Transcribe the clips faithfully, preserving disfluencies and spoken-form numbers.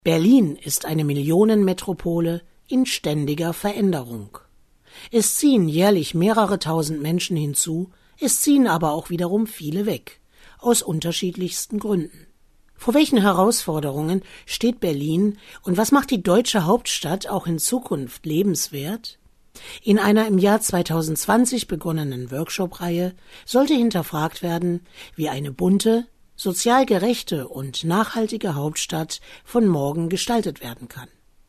Berlin ist eine Millionenmetropole in ständiger Veränderung. Es ziehen jährlich mehrere tausend Menschen hinzu, es ziehen aber auch wiederum viele weg, aus unterschiedlichsten Gründen. Vor welchen Herausforderungen steht Berlin und was macht die deutsche Hauptstadt auch in Zukunft lebenswert? In einer im Jahr zweitausendzwanzig begonnenen Workshop-Reihe sollte hinterfragt werden, wie eine bunte, sozial gerechte und nachhaltige Hauptstadt von morgen gestaltet werden kann.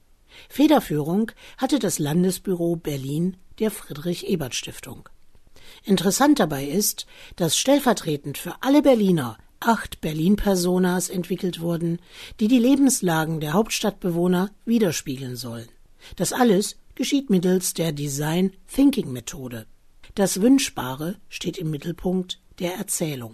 Federführung hatte das Landesbüro Berlin der Friedrich-Ebert-Stiftung. Interessant dabei ist, dass stellvertretend für alle Berliner acht Berlin-Personas entwickelt wurden, die die Lebenslagen der Hauptstadtbewohner widerspiegeln sollen. Das alles geschieht mittels der Design-Thinking-Methode. Das Wünschbare steht im Mittelpunkt der Erzählung.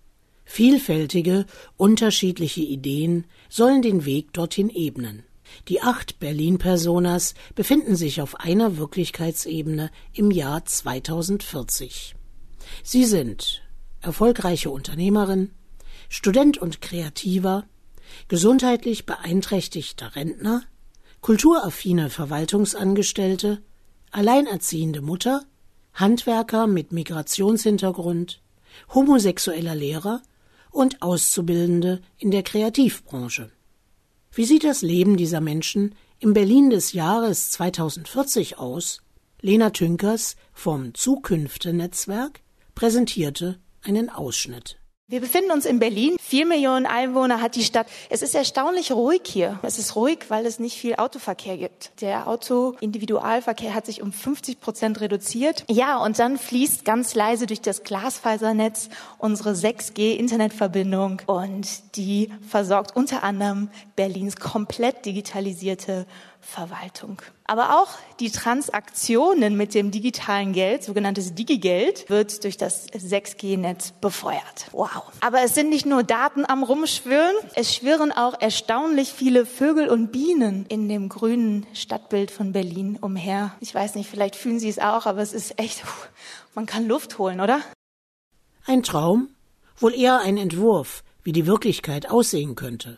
Vielfältige, unterschiedliche Ideen sollen den Weg dorthin ebnen. Die acht Berlin-Personas befinden sich auf einer Wirklichkeitsebene im Jahr zweitausendvierzig. Sie sind erfolgreiche Unternehmerin, Student und Kreativer, gesundheitlich beeinträchtigter Rentner, kulturaffine Verwaltungsangestellte, alleinerziehende Mutter, Handwerker mit Migrationshintergrund, homosexueller Lehrer und Auszubildende in der Kreativbranche. Wie sieht das Leben dieser Menschen im Berlin des Jahres zweitausendvierzig aus? Lena Tünkers vom Zukünfte-Netzwerk präsentierte einen Ausschnitt. Wir befinden uns in Berlin. Vier Millionen Einwohner hat die Stadt. Es ist erstaunlich ruhig hier. Es ist ruhig, weil es nicht viel Autoverkehr gibt. Der Auto-Individualverkehr hat sich um fünfzig Prozent reduziert. Ja, und dann fließt ganz leise durch das Glasfasernetz unsere sechs G-Internetverbindung. Und die versorgt unter anderem Berlins komplett digitalisierte Verwaltung. Aber auch die Transaktionen mit dem digitalen Geld, sogenanntes Digigeld, wird durch das sechs G-Netz befeuert. Wow. Aber es sind nicht nur Daten am Rumschwirren, es schwirren auch erstaunlich viele Vögel und Bienen in dem grünen Stadtbild von Berlin umher. Ich weiß nicht, vielleicht fühlen Sie es auch, aber es ist echt, man kann Luft holen, oder? Ein Traum? Wohl eher ein Entwurf, wie die Wirklichkeit aussehen könnte.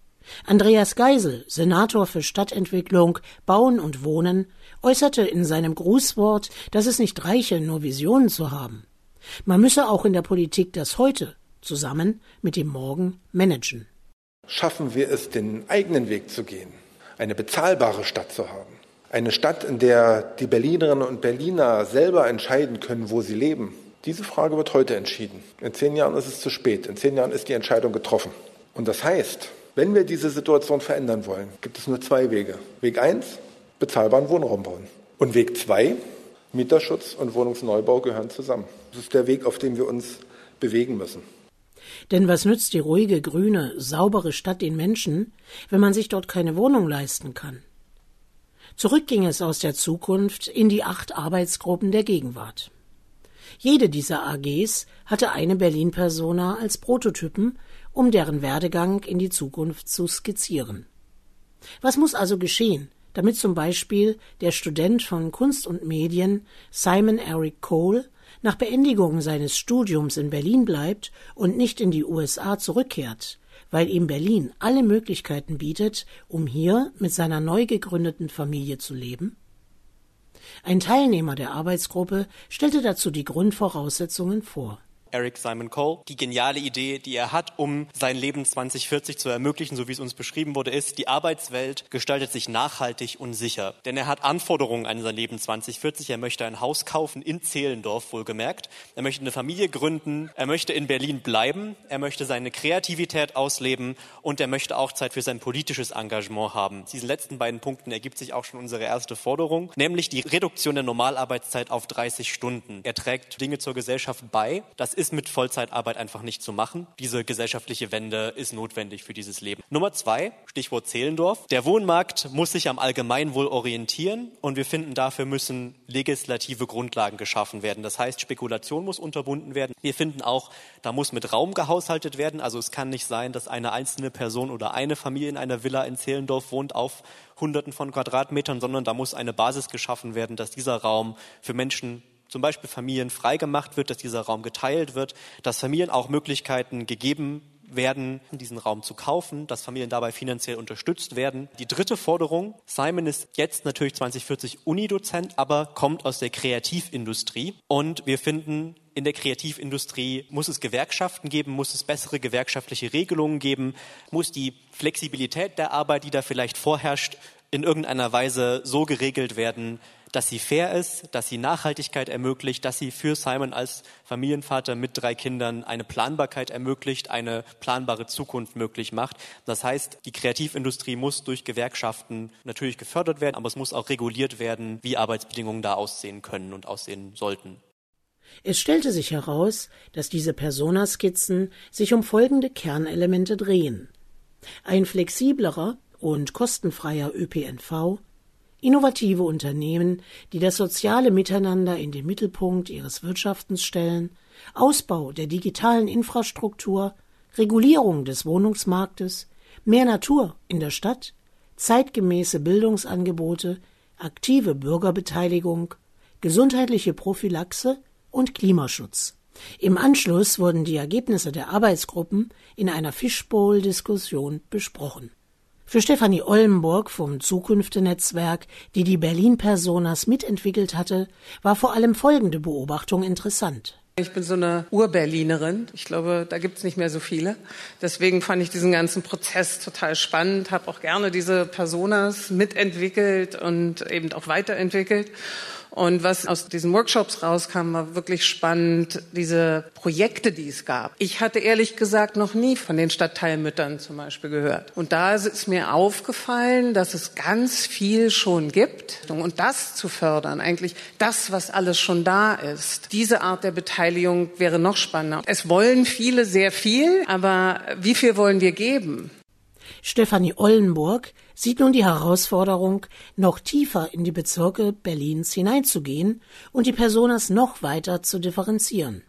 Andreas Geisel, Senator für Stadtentwicklung, Bauen und Wohnen, äußerte in seinem Grußwort, dass es nicht reiche, nur Visionen zu haben. Man müsse auch in der Politik das Heute zusammen mit dem Morgen managen. Schaffen wir es, den eigenen Weg zu gehen, eine bezahlbare Stadt zu haben. Eine Stadt, in der die Berlinerinnen und Berliner selber entscheiden können, wo sie leben. Diese Frage wird heute entschieden. In zehn Jahren ist es zu spät. In zehn Jahren ist die Entscheidung getroffen. Und das heißt, wenn wir diese Situation verändern wollen, gibt es nur zwei Wege. Weg eins, bezahlbaren Wohnraum bauen. Und Weg zwei, Mieterschutz und Wohnungsneubau gehören zusammen. Das ist der Weg, auf dem wir uns bewegen müssen. Denn was nützt die ruhige, grüne, saubere Stadt den Menschen, wenn man sich dort keine Wohnung leisten kann? Zurück ging es aus der Zukunft in die acht Arbeitsgruppen der Gegenwart. Jede dieser A Gs hatte eine Berlin-Persona als Prototypen, um deren Werdegang in die Zukunft zu skizzieren. Was muss also geschehen, damit zum Beispiel der Student von Kunst und Medien Simon Eric Cole nach Beendigung seines Studiums in Berlin bleibt und nicht in die U S A zurückkehrt, weil ihm Berlin alle Möglichkeiten bietet, um hier mit seiner neu gegründeten Familie zu leben? Ein Teilnehmer der Arbeitsgruppe stellte dazu die Grundvoraussetzungen vor. Eric Simon Cole. Die geniale Idee, die er hat, um sein Leben zwanzig vierzig zu ermöglichen, so wie es uns beschrieben wurde, ist, die Arbeitswelt gestaltet sich nachhaltig und sicher. Denn er hat Anforderungen an sein Leben zwanzig vierzig. Er möchte ein Haus kaufen in Zehlendorf, wohlgemerkt. Er möchte eine Familie gründen. Er möchte in Berlin bleiben. Er möchte seine Kreativität ausleben. Und er möchte auch Zeit für sein politisches Engagement haben. Diesen letzten beiden Punkten ergibt sich auch schon unsere erste Forderung, nämlich die Reduktion der Normalarbeitszeit auf dreißig Stunden. Er trägt Dinge zur Gesellschaft bei. Das ist ist mit Vollzeitarbeit einfach nicht zu machen. Diese gesellschaftliche Wende ist notwendig für dieses Leben. Nummer zwei, Stichwort Zehlendorf. Der Wohnmarkt muss sich am Allgemeinwohl orientieren und wir finden, dafür müssen legislative Grundlagen geschaffen werden. Das heißt, Spekulation muss unterbunden werden. Wir finden auch, da muss mit Raum gehaushaltet werden. Also es kann nicht sein, dass eine einzelne Person oder eine Familie in einer Villa in Zehlendorf wohnt auf Hunderten von Quadratmetern, sondern da muss eine Basis geschaffen werden, dass dieser Raum für Menschen, zum Beispiel Familien, freigemacht wird, dass dieser Raum geteilt wird, dass Familien auch Möglichkeiten gegeben werden, diesen Raum zu kaufen, dass Familien dabei finanziell unterstützt werden. Die dritte Forderung, Simon ist jetzt natürlich zwanzig vierzig Unidozent, aber kommt aus der Kreativindustrie und wir finden, in der Kreativindustrie muss es Gewerkschaften geben, muss es bessere gewerkschaftliche Regelungen geben, muss die Flexibilität der Arbeit, die da vielleicht vorherrscht, in irgendeiner Weise so geregelt werden, dass sie fair ist, dass sie Nachhaltigkeit ermöglicht, dass sie für Simon als Familienvater mit drei Kindern eine Planbarkeit ermöglicht, eine planbare Zukunft möglich macht. Das heißt, die Kreativindustrie muss durch Gewerkschaften natürlich gefördert werden, aber es muss auch reguliert werden, wie Arbeitsbedingungen da aussehen können und aussehen sollten. Es stellte sich heraus, dass diese Personaskizzen sich um folgende Kernelemente drehen: ein flexiblerer und kostenfreier Ö P N V, innovative Unternehmen, die das soziale Miteinander in den Mittelpunkt ihres Wirtschaftens stellen, Ausbau der digitalen Infrastruktur, Regulierung des Wohnungsmarktes, mehr Natur in der Stadt, zeitgemäße Bildungsangebote, aktive Bürgerbeteiligung, gesundheitliche Prophylaxe und Klimaschutz. Im Anschluss wurden die Ergebnisse der Arbeitsgruppen in einer Fishbowl-Diskussion besprochen. Für Stefanie Ollenburg vom Zukünfte-Netzwerk, die die Berlin-Personas mitentwickelt hatte, war vor allem folgende Beobachtung interessant. Ich bin so eine Ur-Berlinerin. Ich glaube, da gibt's nicht mehr so viele. Deswegen fand ich diesen ganzen Prozess total spannend, habe auch gerne diese Personas mitentwickelt und eben auch weiterentwickelt. Und was aus diesen Workshops rauskam, war wirklich spannend, diese Projekte, die es gab. Ich hatte ehrlich gesagt noch nie von den Stadtteilmüttern zum Beispiel gehört. Und da ist mir aufgefallen, dass es ganz viel schon gibt. Und das zu fördern, eigentlich das, was alles schon da ist, diese Art der Beteiligung wäre noch spannender. Es wollen viele sehr viel, aber wie viel wollen wir geben? Stefanie Ollenburg sieht nun die Herausforderung, noch tiefer in die Bezirke Berlins hineinzugehen und die Personas noch weiter zu differenzieren.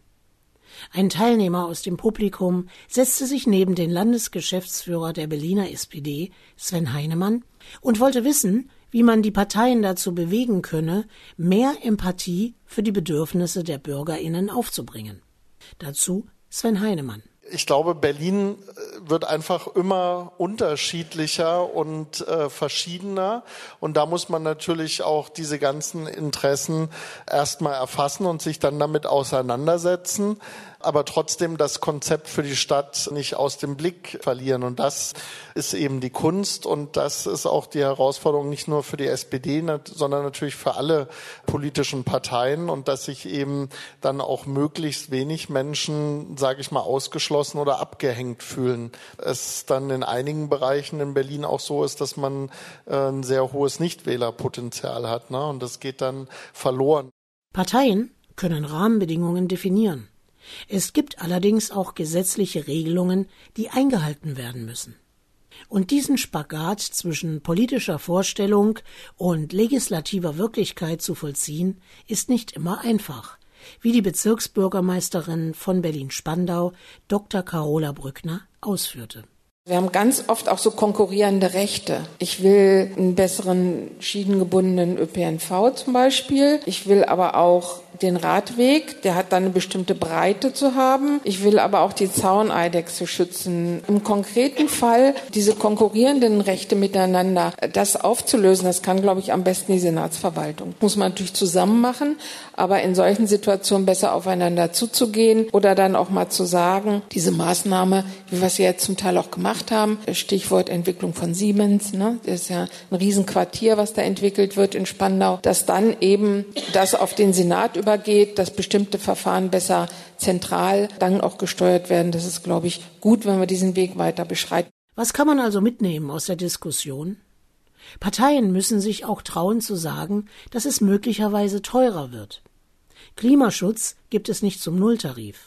Ein Teilnehmer aus dem Publikum setzte sich neben den Landesgeschäftsführer der Berliner S P D, Sven Heinemann, und wollte wissen, wie man die Parteien dazu bewegen könne, mehr Empathie für die Bedürfnisse der BürgerInnen aufzubringen. Dazu Sven Heinemann. Ich glaube, Berlin wird einfach immer unterschiedlicher und äh, verschiedener. Und da muss man natürlich auch diese ganzen Interessen erstmal erfassen und sich dann damit auseinandersetzen. Aber trotzdem das Konzept für die Stadt nicht aus dem Blick verlieren. Und das ist eben die Kunst und das ist auch die Herausforderung nicht nur für die S P D, sondern natürlich für alle politischen Parteien und dass sich eben dann auch möglichst wenig Menschen, sage ich mal, ausgeschlossen oder abgehängt fühlen. Es dann in einigen Bereichen in Berlin auch so ist, dass man ein sehr hohes Nichtwählerpotenzial hat, ne? Und das geht dann verloren. Parteien können Rahmenbedingungen definieren. Es gibt allerdings auch gesetzliche Regelungen, die eingehalten werden müssen. Und diesen Spagat zwischen politischer Vorstellung und legislativer Wirklichkeit zu vollziehen, ist nicht immer einfach, wie die Bezirksbürgermeisterin von Berlin-Spandau, Doktor Carola Brückner, ausführte. Wir haben ganz oft auch so konkurrierende Rechte. Ich will einen besseren schienengebundenen Ö P N V zum Beispiel. Ich will aber auch den Radweg, der hat dann eine bestimmte Breite zu haben. Ich will aber auch die Zauneidechse schützen. Im konkreten Fall diese konkurrierenden Rechte miteinander, das aufzulösen, das kann, glaube ich, am besten die Senatsverwaltung. Muss man natürlich zusammen machen, aber in solchen Situationen besser aufeinander zuzugehen oder dann auch mal zu sagen, diese Maßnahme, wie wir es ja jetzt zum Teil auch gemacht haben, Stichwort Entwicklung von Siemens, ne? Das ist ja ein Riesenquartier, was da entwickelt wird in Spandau, dass dann eben das auf den Senat übergeht, dass bestimmte Verfahren besser zentral dann auch gesteuert werden. Das ist, glaube ich, gut, wenn wir diesen Weg weiter beschreiten. Was kann man also mitnehmen aus der Diskussion? Parteien müssen sich auch trauen zu sagen, dass es möglicherweise teurer wird. Klimaschutz gibt es nicht zum Nulltarif.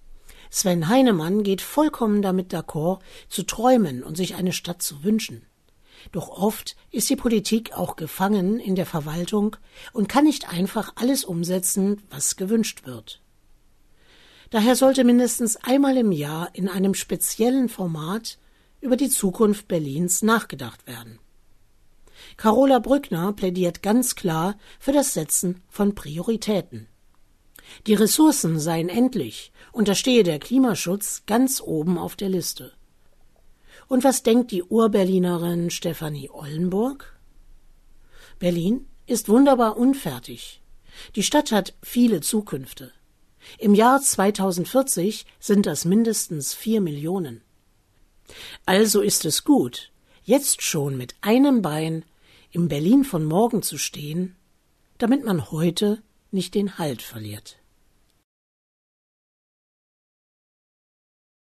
Sven Heinemann geht vollkommen damit d'accord, zu träumen und sich eine Stadt zu wünschen. Doch oft ist die Politik auch gefangen in der Verwaltung und kann nicht einfach alles umsetzen, was gewünscht wird. Daher sollte mindestens einmal im Jahr in einem speziellen Format über die Zukunft Berlins nachgedacht werden. Carola Brückner plädiert ganz klar für das Setzen von Prioritäten. Die Ressourcen seien endlich und da stehe der Klimaschutz ganz oben auf der Liste. Und was denkt die Ur-Berlinerin Stefanie Ollenburg? Berlin ist wunderbar unfertig. Die Stadt hat viele Zukünfte. Im Jahr zweitausendvierzig sind das mindestens vier Millionen. Also ist es gut, jetzt schon mit einem Bein im Berlin von morgen zu stehen, damit man heute nicht den Halt verliert.